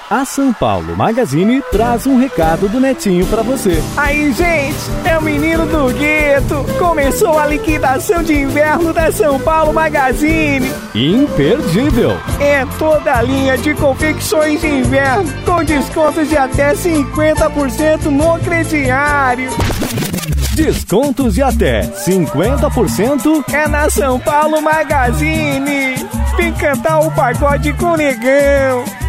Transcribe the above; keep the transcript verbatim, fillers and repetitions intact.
A São Paulo Magazine traz um recado do Netinho pra você. Aí, gente, é o menino do gueto. Começou a liquidação de inverno da São Paulo Magazine. Imperdível. É toda a linha de confecções de inverno com descontos de até cinquenta por cento no crediário. Descontos de até cinquenta por cento é na São Paulo Magazine. Vem cantar o pagode com o negão.